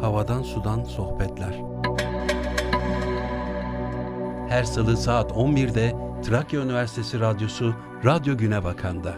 Havadan Sudan Sohbetler. Her salı saat 11'de Trakya Üniversitesi Radyosu Radyo Günebakan'da.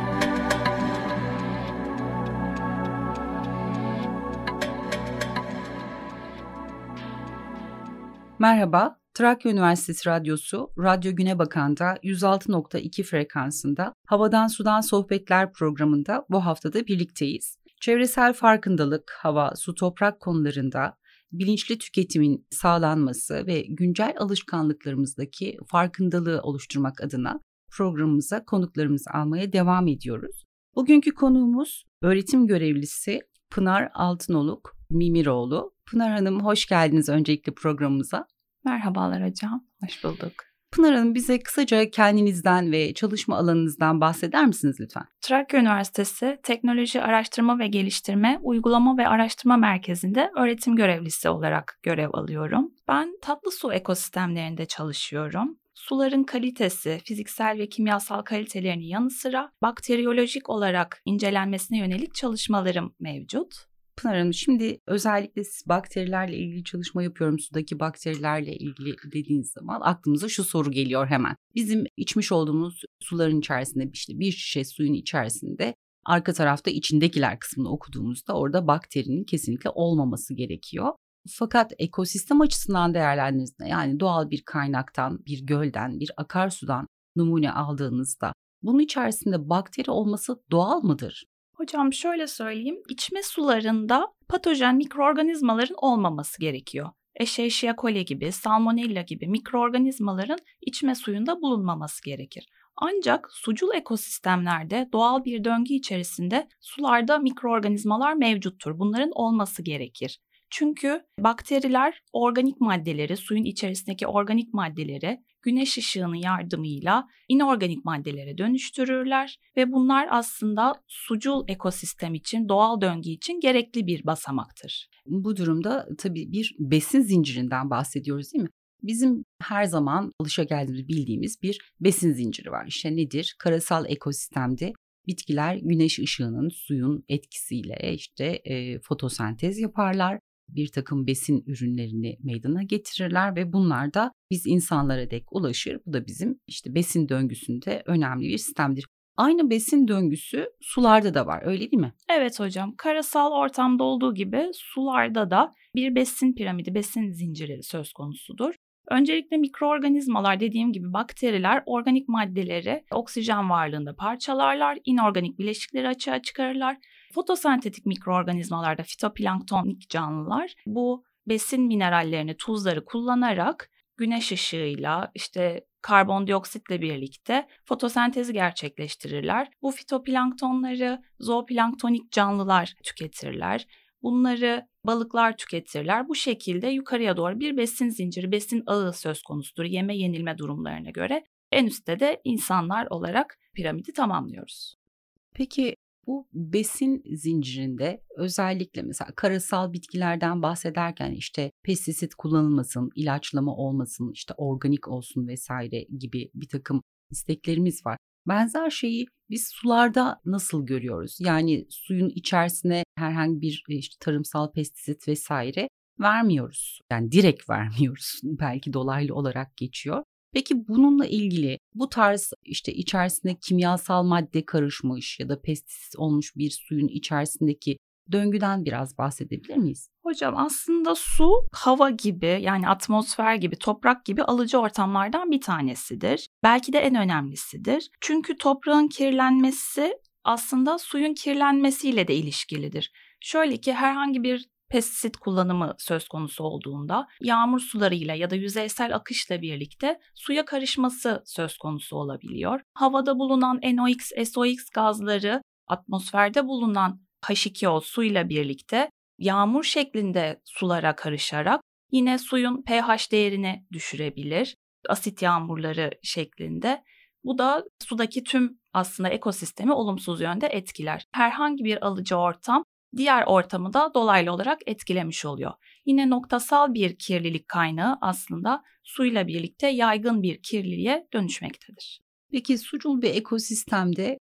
Merhaba, Trakya Üniversitesi Radyosu Radyo Günebakan'da 106.2 frekansında Havadan Sudan Sohbetler programında bu haftada birlikteyiz. Çevresel farkındalık, hava, su, toprak konularında bilinçli tüketimin sağlanması ve güncel alışkanlıklarımızdaki farkındalığı oluşturmak adına programımıza konuklarımızı almaya devam ediyoruz. Bugünkü konuğumuz öğretim görevlisi Pınar Altınoluk Mimiroğlu. Pınar Hanım, hoş geldiniz öncelikle programımıza. Merhabalar hocam, hoş bulduk. Pınar Hanım, bize kısaca kendinizden ve çalışma alanınızdan bahseder misiniz lütfen? Trakya Üniversitesi Teknoloji Araştırma ve Geliştirme Uygulama ve Araştırma Merkezi'nde öğretim görevlisi olarak görev alıyorum. Ben tatlı su ekosistemlerinde çalışıyorum. Suların kalitesi, fiziksel ve kimyasal kalitelerinin yanı sıra bakteriyolojik olarak incelenmesine yönelik çalışmalarım mevcut. Pınar Hanım, şimdi özellikle siz bakterilerle ilgili çalışma yapıyorum, sudaki bakterilerle ilgili dediğiniz zaman aklımıza şu soru geliyor hemen. Bizim içmiş olduğumuz suların içerisinde işte bir şişe suyun içerisinde arka tarafta içindekiler kısmını okuduğumuzda orada bakterinin kesinlikle olmaması gerekiyor. Fakat ekosistem açısından değerlendirdiğinizde, yani doğal bir kaynaktan, bir gölden, bir akarsudan numune aldığınızda bunun içerisinde bakteri olması doğal mıdır? Hocam şöyle söyleyeyim, içme sularında patojen mikroorganizmaların olmaması gerekiyor. Escherichia coli gibi, salmonella gibi mikroorganizmaların içme suyunda bulunmaması gerekir. Ancak sucul ekosistemlerde doğal bir döngü içerisinde sularda mikroorganizmalar mevcuttur. Bunların olması gerekir. Çünkü bakteriler organik maddeleri, suyun içerisindeki organik maddeleri güneş ışığının yardımıyla inorganik maddelere dönüştürürler ve bunlar aslında sucul ekosistem için, doğal döngü için gerekli bir basamaktır. Bu durumda tabii bir besin zincirinden bahsediyoruz, değil mi? Bizim her zaman alışageldiğimiz, bildiğimiz bir besin zinciri var. İşte nedir? Karasal ekosistemde bitkiler güneş ışığının, suyun etkisiyle işte fotosentez yaparlar. Bir takım besin ürünlerini meydana getirirler ve bunlar da biz insanlara dek ulaşır. Bu da bizim işte besin döngüsünde önemli bir sistemdir. Aynı besin döngüsü sularda da var, öyle değil mi? Evet hocam, karasal ortamda olduğu gibi sularda da bir besin piramidi, besin zinciri söz konusudur. Öncelikle mikroorganizmalar, dediğim gibi bakteriler organik maddeleri oksijen varlığında parçalarlar, inorganik bileşikleri açığa çıkarırlar. Fotosentetik mikroorganizmalarda fitoplanktonik canlılar bu besin minerallerini, tuzları kullanarak güneş ışığıyla işte karbondioksitle birlikte fotosentezi gerçekleştirirler. Bu fitoplanktonları zooplanktonik canlılar tüketirler. Bunları balıklar tüketirler. Bu şekilde yukarıya doğru bir besin zinciri, besin ağı söz konusudur yeme yenilme durumlarına göre. En üstte de insanlar olarak piramidi tamamlıyoruz. Peki bu besin zincirinde özellikle mesela karasal bitkilerden bahsederken işte pestisit kullanılmasın, ilaçlama olmasın, işte organik olsun vesaire gibi bir takım isteklerimiz var. Benzer şeyi biz sularda nasıl görüyoruz? Yani suyun içerisine herhangi bir işte tarımsal pestisit vesaire vermiyoruz. Yani direkt vermiyoruz. Belki dolaylı olarak geçiyor. Peki bununla ilgili bu tarz işte içerisinde kimyasal madde karışmış ya da pestisit olmuş bir suyun içerisindeki döngüden biraz bahsedebilir miyiz? Hocam aslında su hava gibi, yani atmosfer gibi, toprak gibi alıcı ortamlardan bir tanesidir. Belki de en önemlisidir. Çünkü toprağın kirlenmesi aslında suyun kirlenmesiyle de ilişkilidir. Şöyle ki herhangi bir pestisit kullanımı söz konusu olduğunda yağmur sularıyla ya da yüzeysel akışla birlikte suya karışması söz konusu olabiliyor. Havada bulunan NOx, SOx gazları atmosferde bulunan H2O suyla birlikte yağmur şeklinde sulara karışarak yine suyun pH değerini düşürebilir. Asit yağmurları şeklinde. Bu da sudaki tüm aslında ekosistemi olumsuz yönde etkiler. Herhangi bir alıcı ortam diğer ortamı da dolaylı olarak etkilemiş oluyor. Yine noktasal bir kirlilik kaynağı aslında suyla birlikte yaygın bir kirliliğe dönüşmektedir. Peki sucul bir ekosistemde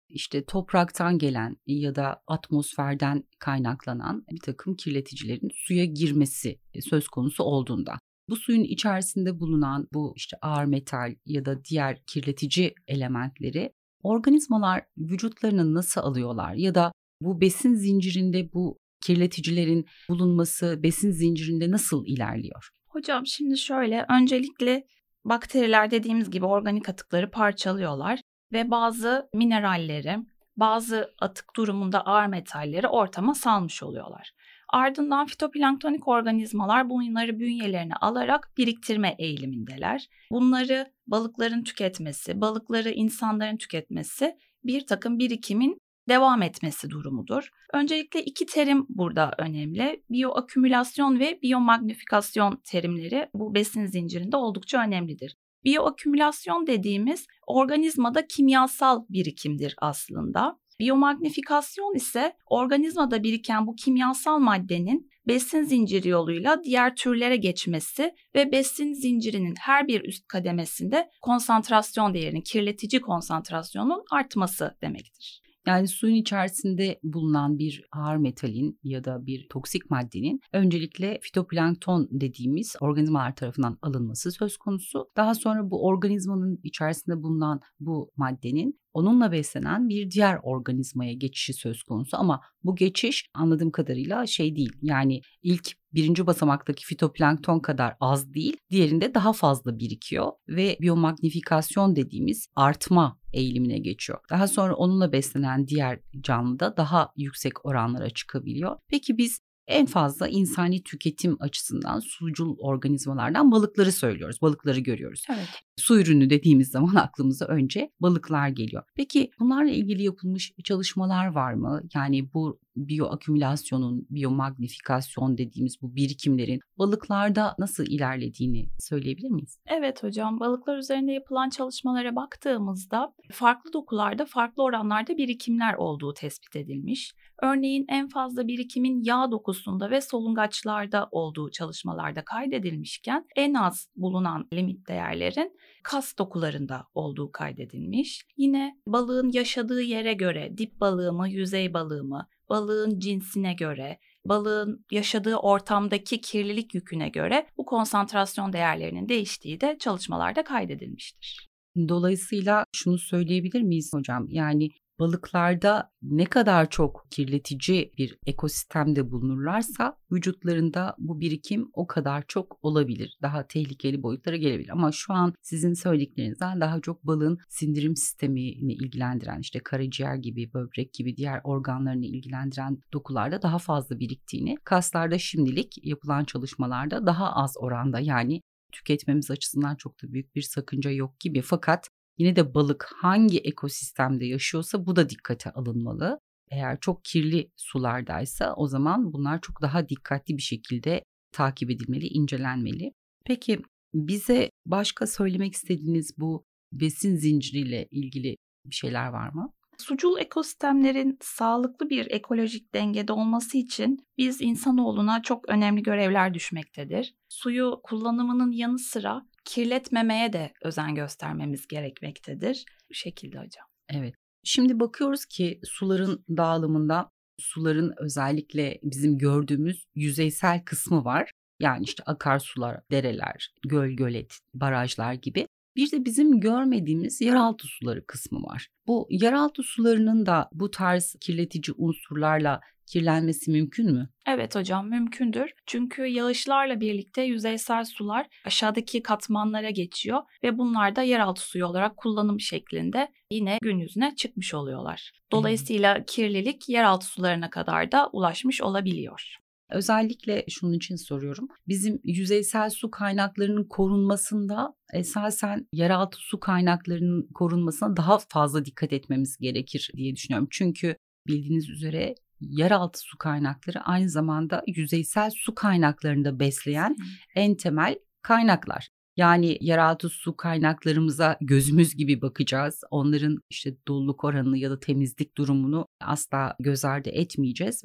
işte topraktan gelen ya da atmosferden kaynaklanan bir takım kirleticilerin suya girmesi söz konusu olduğunda, bu suyun içerisinde bulunan bu işte ağır metal ya da diğer kirletici elementleri organizmalar vücutlarına nasıl alıyorlar ya da bu besin zincirinde bu kirleticilerin bulunması besin zincirinde nasıl ilerliyor? Hocam şimdi şöyle, öncelikle bakteriler dediğimiz gibi organik atıkları parçalıyorlar ve bazı mineralleri, bazı atık durumunda ağır metalleri ortama salmış oluyorlar. Ardından fitoplanktonik organizmalar bunları bünyelerine alarak biriktirme eğilimindeler. Bunları balıkların tüketmesi, balıkları insanların tüketmesi bir takım birikimin devam etmesi durumudur. Öncelikle iki terim burada önemli. Biyoakümülasyon ve biyomagnifikasyon terimleri bu besin zincirinde oldukça önemlidir. Biyoakümülasyon dediğimiz organizmada kimyasal birikimdir aslında. Biyomagnifikasyon ise organizmada biriken bu kimyasal maddenin besin zinciri yoluyla diğer türlere geçmesi ve besin zincirinin her bir üst kademesinde konsantrasyon değerinin, kirletici konsantrasyonun artması demektir. Yani suyun içerisinde bulunan bir ağır metalin ya da bir toksik maddenin öncelikle fitoplankton dediğimiz organizmalar tarafından alınması söz konusu. Daha sonra bu organizmanın içerisinde bulunan bu maddenin onunla beslenen bir diğer organizmaya geçişi söz konusu ama bu geçiş anladığım kadarıyla değil. Yani ilk birinci basamaktaki fitoplankton kadar az değil, diğerinde daha fazla birikiyor ve biyomagnifikasyon dediğimiz artma eğilimine geçiyor. Daha sonra onunla beslenen diğer canlı da daha yüksek oranlara çıkabiliyor. Peki biz en fazla insani tüketim açısından sucul organizmalardan balıkları söylüyoruz. Balıkları görüyoruz. Evet. Su ürünü dediğimiz zaman aklımıza önce balıklar geliyor. Peki bunlarla ilgili yapılmış çalışmalar var mı? Yani bu biyoakümülasyonun, biyomagnifikasyon dediğimiz bu birikimlerin balıklarda nasıl ilerlediğini söyleyebilir miyiz? Evet hocam, balıklar üzerinde yapılan çalışmalara baktığımızda farklı dokularda farklı oranlarda birikimler olduğu tespit edilmiş. Örneğin en fazla birikimin yağ dokusunda ve solungaçlarda olduğu çalışmalarda kaydedilmişken en az bulunan limit değerlerin kas dokularında olduğu kaydedilmiş. Yine balığın yaşadığı yere göre dip balığı mı, yüzey balığı mı, balığın cinsine göre, balığın yaşadığı ortamdaki kirlilik yüküne göre bu konsantrasyon değerlerinin değiştiği de çalışmalarda kaydedilmiştir. Dolayısıyla şunu söyleyebilir miyiz hocam? Yani balıklarda ne kadar çok kirletici bir ekosistemde bulunurlarsa vücutlarında bu birikim o kadar çok olabilir. Daha tehlikeli boyutlara gelebilir. Ama şu an sizin söylediklerinizden daha çok balığın sindirim sistemini ilgilendiren, işte karaciğer gibi, böbrek gibi diğer organlarını ilgilendiren dokularda daha fazla biriktiğini, kaslarda şimdilik yapılan çalışmalarda daha az oranda, yani tüketmemiz açısından çok da büyük bir sakınca yok gibi. Fakat yine de balık hangi ekosistemde yaşıyorsa bu da dikkate alınmalı. Eğer çok kirli sulardaysa o zaman bunlar çok daha dikkatli bir şekilde takip edilmeli, incelenmeli. Peki bize başka söylemek istediğiniz bu besin zinciriyle ilgili bir şeyler var mı? Sucul ekosistemlerin sağlıklı bir ekolojik dengede olması için biz insanoğluna çok önemli görevler düşmektedir. Suyu kullanımının yanı sıra kirletmemeye de özen göstermemiz gerekmektedir. Bu şekilde hocam. Evet. Şimdi bakıyoruz ki suların dağılımında suların özellikle bizim gördüğümüz yüzeysel kısmı var. Yani işte akarsular, dereler, göl, gölet, barajlar gibi. Bir de bizim görmediğimiz yeraltı suları kısmı var. Bu yeraltı sularının da bu tarz kirletici unsurlarla kirlenmesi mümkün mü? Evet hocam, mümkündür. Çünkü yağışlarla birlikte yüzeysel sular aşağıdaki katmanlara geçiyor ve bunlar da yeraltı suyu olarak kullanım şeklinde yine gün yüzüne çıkmış oluyorlar. Dolayısıyla kirlilik yeraltı sularına kadar da ulaşmış olabiliyor. Özellikle şunun için soruyorum. Bizim yüzeysel su kaynaklarının korunmasında esasen yeraltı su kaynaklarının korunmasına daha fazla dikkat etmemiz gerekir diye düşünüyorum. Çünkü bildiğiniz üzere yeraltı su kaynakları aynı zamanda yüzeysel su kaynaklarını da besleyen en temel kaynaklar. Yani yeraltı su kaynaklarımıza gözümüz gibi bakacağız. Onların işte doluluk oranını ya da temizlik durumunu asla göz ardı etmeyeceğiz ve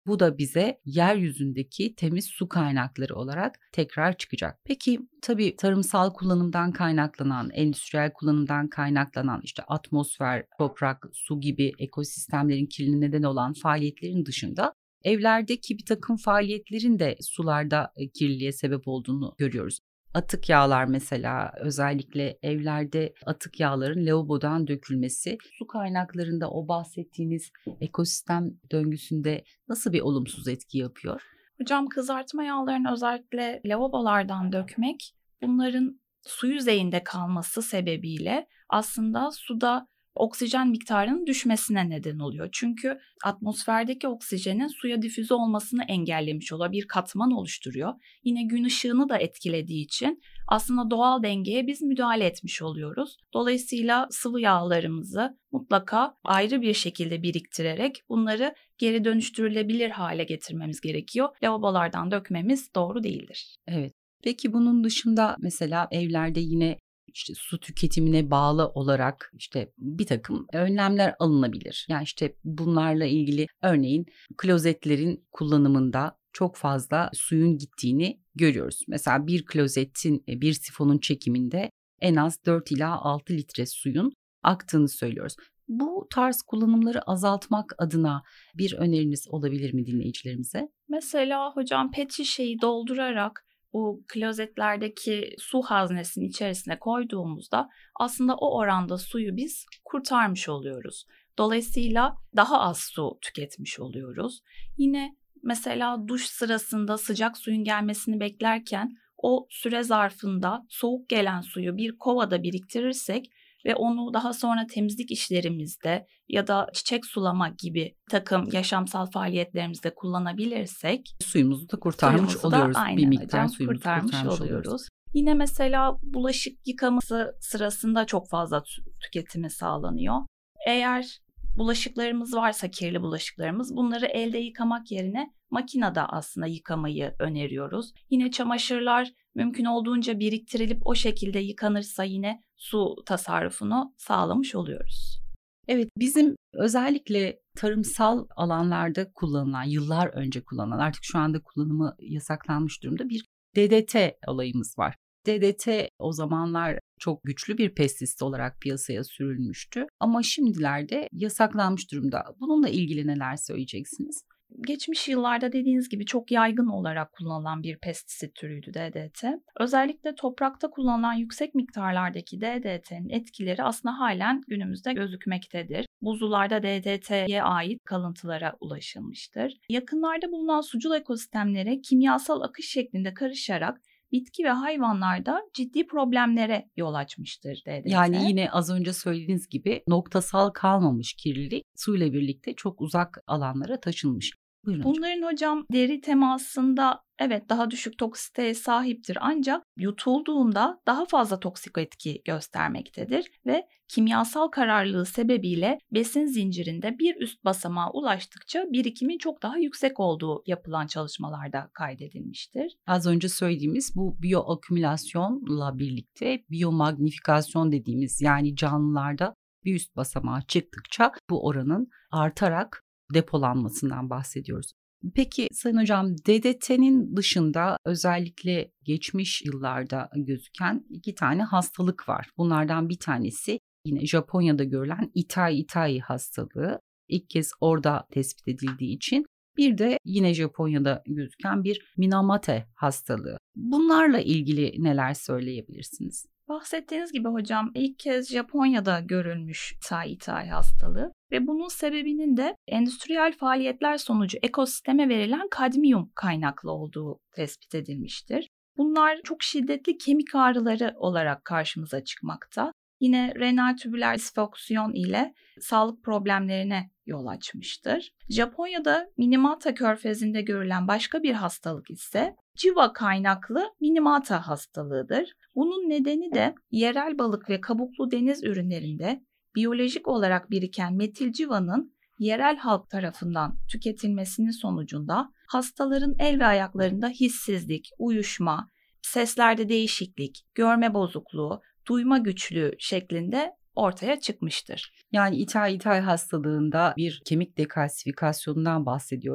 Bu da bize yeryüzündeki temiz su kaynakları olarak tekrar çıkacak. Peki tabii tarımsal kullanımdan kaynaklanan, endüstriyel kullanımdan kaynaklanan işte atmosfer, toprak, su gibi ekosistemlerin kirliliğine neden olan faaliyetlerin dışında evlerdeki bir takım faaliyetlerin de sularda kirliliğe sebep olduğunu görüyoruz. Atık yağlar mesela, özellikle evlerde atık yağların lavabodan dökülmesi su kaynaklarında o bahsettiğiniz ekosistem döngüsünde nasıl bir olumsuz etki yapıyor? Hocam, kızartma yağlarını özellikle lavabolardan dökmek, bunların su yüzeyinde kalması sebebiyle aslında suda oksijen miktarının düşmesine neden oluyor. Çünkü atmosferdeki oksijenin suya difüze olmasını engellemiş oluyor. Bir katman oluşturuyor. Yine gün ışığını da etkilediği için aslında doğal dengeye biz müdahale etmiş oluyoruz. Dolayısıyla sıvı yağlarımızı mutlaka ayrı bir şekilde biriktirerek bunları geri dönüştürülebilir hale getirmemiz gerekiyor. Lavabolardan dökmemiz doğru değildir. Evet. Peki bunun dışında mesela evlerde yine işte su tüketimine bağlı olarak işte bir takım önlemler alınabilir. Yani işte bunlarla ilgili örneğin klozetlerin kullanımında çok fazla suyun gittiğini görüyoruz. Mesela bir klozetin, bir sifonun çekiminde en az 4 ila 6 litre suyun aktığını söylüyoruz. Bu tarz kullanımları azaltmak adına bir öneriniz olabilir mi dinleyicilerimize? Mesela hocam, pet şişeyi doldurarak bu klozetlerdeki su haznesinin içerisine koyduğumuzda aslında o oranda suyu biz kurtarmış oluyoruz. Dolayısıyla daha az su tüketmiş oluyoruz. Yine mesela duş sırasında sıcak suyun gelmesini beklerken o süre zarfında soğuk gelen suyu bir kovada biriktirirsek ve onu daha sonra temizlik işlerimizde ya da çiçek sulama gibi takım yaşamsal faaliyetlerimizde kullanabilirsek suyumuzu da kurtarmış oluyoruz. Bir miktar suyumuzu kurtarmış oluyoruz. Yine mesela bulaşık yıkaması sırasında çok fazla tüketimi sağlanıyor. Eğer bulaşıklarımız varsa, kirli bulaşıklarımız, bunları elde yıkamak yerine makinede aslında yıkamayı öneriyoruz. Yine çamaşırlar mümkün olduğunca biriktirilip o şekilde yıkanırsa yine su tasarrufunu sağlamış oluyoruz. Evet, bizim özellikle tarımsal alanlarda kullanılan, yıllar önce kullanılan, artık şu anda kullanımı yasaklanmış durumda bir DDT olayımız var. DDT o zamanlar çok güçlü bir pestisit olarak piyasaya sürülmüştü ama şimdilerde yasaklanmış durumda. Bununla ilgili neler söyleyeceksiniz? Geçmiş yıllarda dediğiniz gibi çok yaygın olarak kullanılan bir pestisit türüydü DDT. Özellikle toprakta kullanılan yüksek miktarlardaki DDT'nin etkileri aslında halen günümüzde gözükmektedir. Buzullarda DDT'ye ait kalıntılara ulaşılmıştır. Yakınlarda bulunan sucul ekosistemlere kimyasal akış şeklinde karışarak bitki ve hayvanlarda ciddi problemlere yol açmıştır DDT. Yani yine az önce söylediğiniz gibi noktasal kalmamış kirlilik suyla birlikte çok uzak alanlara taşınmış. Buyurun hocam. Bunların hocam deri temasında evet daha düşük toksiteye sahiptir ancak yutulduğunda daha fazla toksik etki göstermektedir ve kimyasal kararlılığı sebebiyle besin zincirinde bir üst basamağa ulaştıkça birikimin çok daha yüksek olduğu yapılan çalışmalarda kaydedilmiştir. Az önce söylediğimiz bu biyoakümülasyonla birlikte biyomagnifikasyon dediğimiz, yani canlılarda bir üst basamağa çıktıkça bu oranın artarak depolanmasından bahsediyoruz. Peki Sayın Hocam, DDT'nin dışında özellikle geçmiş yıllarda gözüken 2 tane hastalık var. Bunlardan bir tanesi yine Japonya'da görülen Itai hastalığı. İlk kez orada tespit edildiği için. Bir de yine Japonya'da gözüken bir Minamata hastalığı. Bunlarla ilgili neler söyleyebilirsiniz? Bahsettiğiniz gibi hocam ilk kez Japonya'da görülmüş Itai hastalığı ve bunun sebebinin de endüstriyel faaliyetler sonucu ekosisteme verilen kadmiyum kaynaklı olduğu tespit edilmiştir. Bunlar çok şiddetli kemik ağrıları olarak karşımıza çıkmakta. Yine renal tübüler disfonksiyon ile sağlık problemlerine yol açmıştır. Japonya'da Minamata körfezinde görülen başka bir hastalık ise civa kaynaklı Minamata hastalığıdır. Bunun nedeni de yerel balık ve kabuklu deniz ürünlerinde biyolojik olarak biriken metil civanın yerel halk tarafından tüketilmesinin sonucunda hastaların el ve ayaklarında hissizlik, uyuşma, seslerde değişiklik, görme bozukluğu, duyma güçlüğü şeklinde ortaya çıkmıştır. Yani Itai hastalığında bir kemik dekalsifikasyonundan bahsediyoruz.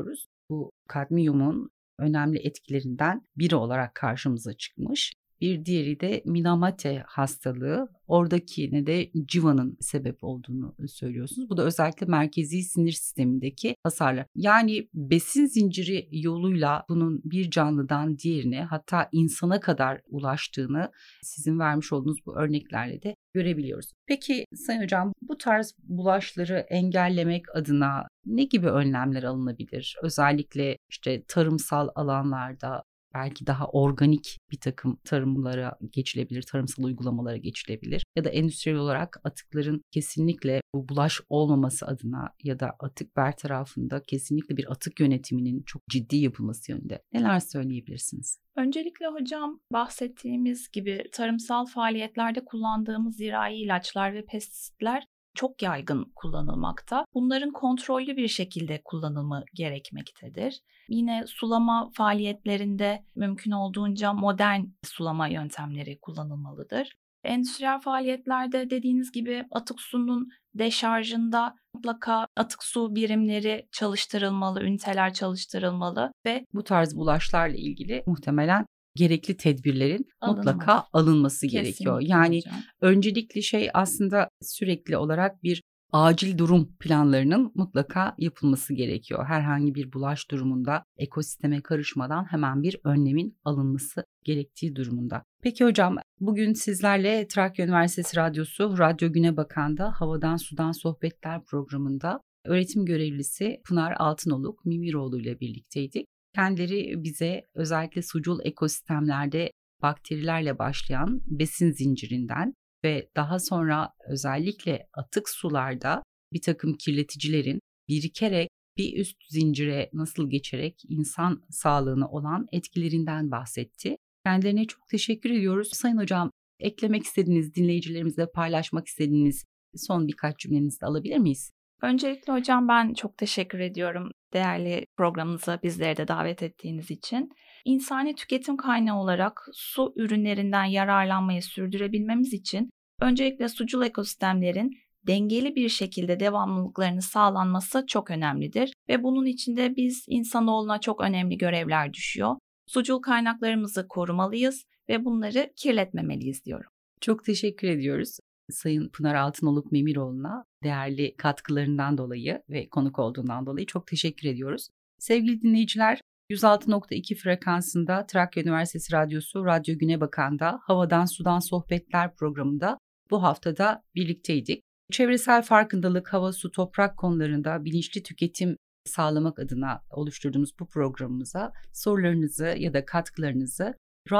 bu kadmiyumun önemli etkilerinden biri olarak karşımıza çıkmış. Bir diğeri de Minamate hastalığı. Oradakine de civanın sebep olduğunu söylüyorsunuz. Bu da özellikle merkezi sinir sistemindeki hasarlar. Yani besin zinciri yoluyla bunun bir canlıdan diğerine, hatta insana kadar ulaştığını sizin vermiş olduğunuz bu örneklerle de görebiliyoruz. Peki Sayın Hocam, bu tarz bulaşları engellemek adına ne gibi önlemler alınabilir? Özellikle işte tarımsal alanlarda belki daha organik bir takım tarımlara geçilebilir, tarımsal uygulamalara geçilebilir. Ya da endüstriyel olarak atıkların kesinlikle bu bulaş olmaması adına ya da atık bertarafında kesinlikle bir atık yönetiminin çok ciddi yapılması yönünde neler söyleyebilirsiniz? Öncelikle hocam, bahsettiğimiz gibi tarımsal faaliyetlerde kullandığımız zirai ilaçlar ve pestisitler çok yaygın kullanılmakta. Bunların kontrollü bir şekilde kullanımı gerekmektedir. Yine sulama faaliyetlerinde mümkün olduğunca modern sulama yöntemleri kullanılmalıdır. Endüstriyel faaliyetlerde dediğiniz gibi atık sunun deşarjında mutlaka atık su birimleri çalıştırılmalı, üniteler çalıştırılmalı ve bu tarz bulaşlarla ilgili muhtemelen gerekli tedbirlerin mutlaka alınması gerekiyor. Yani hocam. Öncelikli aslında sürekli olarak bir acil durum planlarının mutlaka yapılması gerekiyor. Herhangi bir bulaş durumunda ekosisteme karışmadan hemen bir önlemin alınması gerektiği durumunda. Peki hocam, bugün sizlerle Trakya Üniversitesi Radyosu Radyo Güne Bakan'da Havadan Sudan Sohbetler programında öğretim görevlisi Pınar Altınoluk Mimiroğlu ile birlikteydik. Kendileri bize özellikle sucul ekosistemlerde bakterilerle başlayan besin zincirinden ve daha sonra özellikle atık sularda bir takım kirleticilerin birikerek bir üst zincire nasıl geçerek insan sağlığına olan etkilerinden bahsetti. Kendilerine çok teşekkür ediyoruz. Sayın Hocam, eklemek istediğiniz, dinleyicilerimizle paylaşmak istediğiniz son birkaç cümlenizi de alabilir miyiz? Öncelikle hocam, ben çok teşekkür ediyorum değerli programınıza bizleri de davet ettiğiniz için. İnsani tüketim kaynağı olarak su ürünlerinden yararlanmayı sürdürebilmemiz için öncelikle sucul ekosistemlerin dengeli bir şekilde devamlılıklarının sağlanması çok önemlidir ve bunun için de biz insanoğluna çok önemli görevler düşüyor. Sucul kaynaklarımızı korumalıyız ve bunları kirletmemeliyiz diyorum. Çok teşekkür ediyoruz Sayın Pınar Altınoluk Mimiroğlu'na değerli katkılarından dolayı ve konuk olduğundan dolayı çok teşekkür ediyoruz. Sevgili dinleyiciler, 106.2 frekansında Trakya Üniversitesi Radyosu Radyo Güne Bakan'da Havadan Sudan Sohbetler programında bu haftada birlikteydik. Çevresel farkındalık, hava, su, toprak konularında bilinçli tüketim sağlamak adına oluşturduğumuz bu programımıza sorularınızı ya da katkılarınızı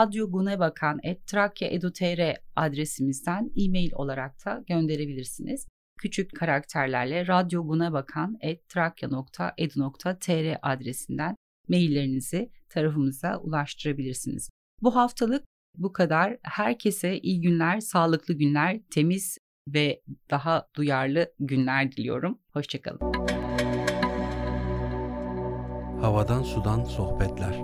radyogunebakan@trakya.edu.tr adresimizden e-mail olarak da gönderebilirsiniz. Küçük karakterlerle radyogunebakan@trakya.edu.tr adresinden maillerinizi tarafımıza ulaştırabilirsiniz. Bu haftalık bu kadar. Herkese iyi günler, sağlıklı günler, temiz ve daha duyarlı günler diliyorum. Hoşçakalın. Havadan Sudan Sohbetler.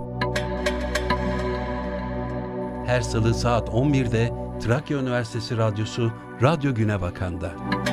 Her salı saat 11'de Trakya Üniversitesi Radyosu Radyo Güne Bakan'da.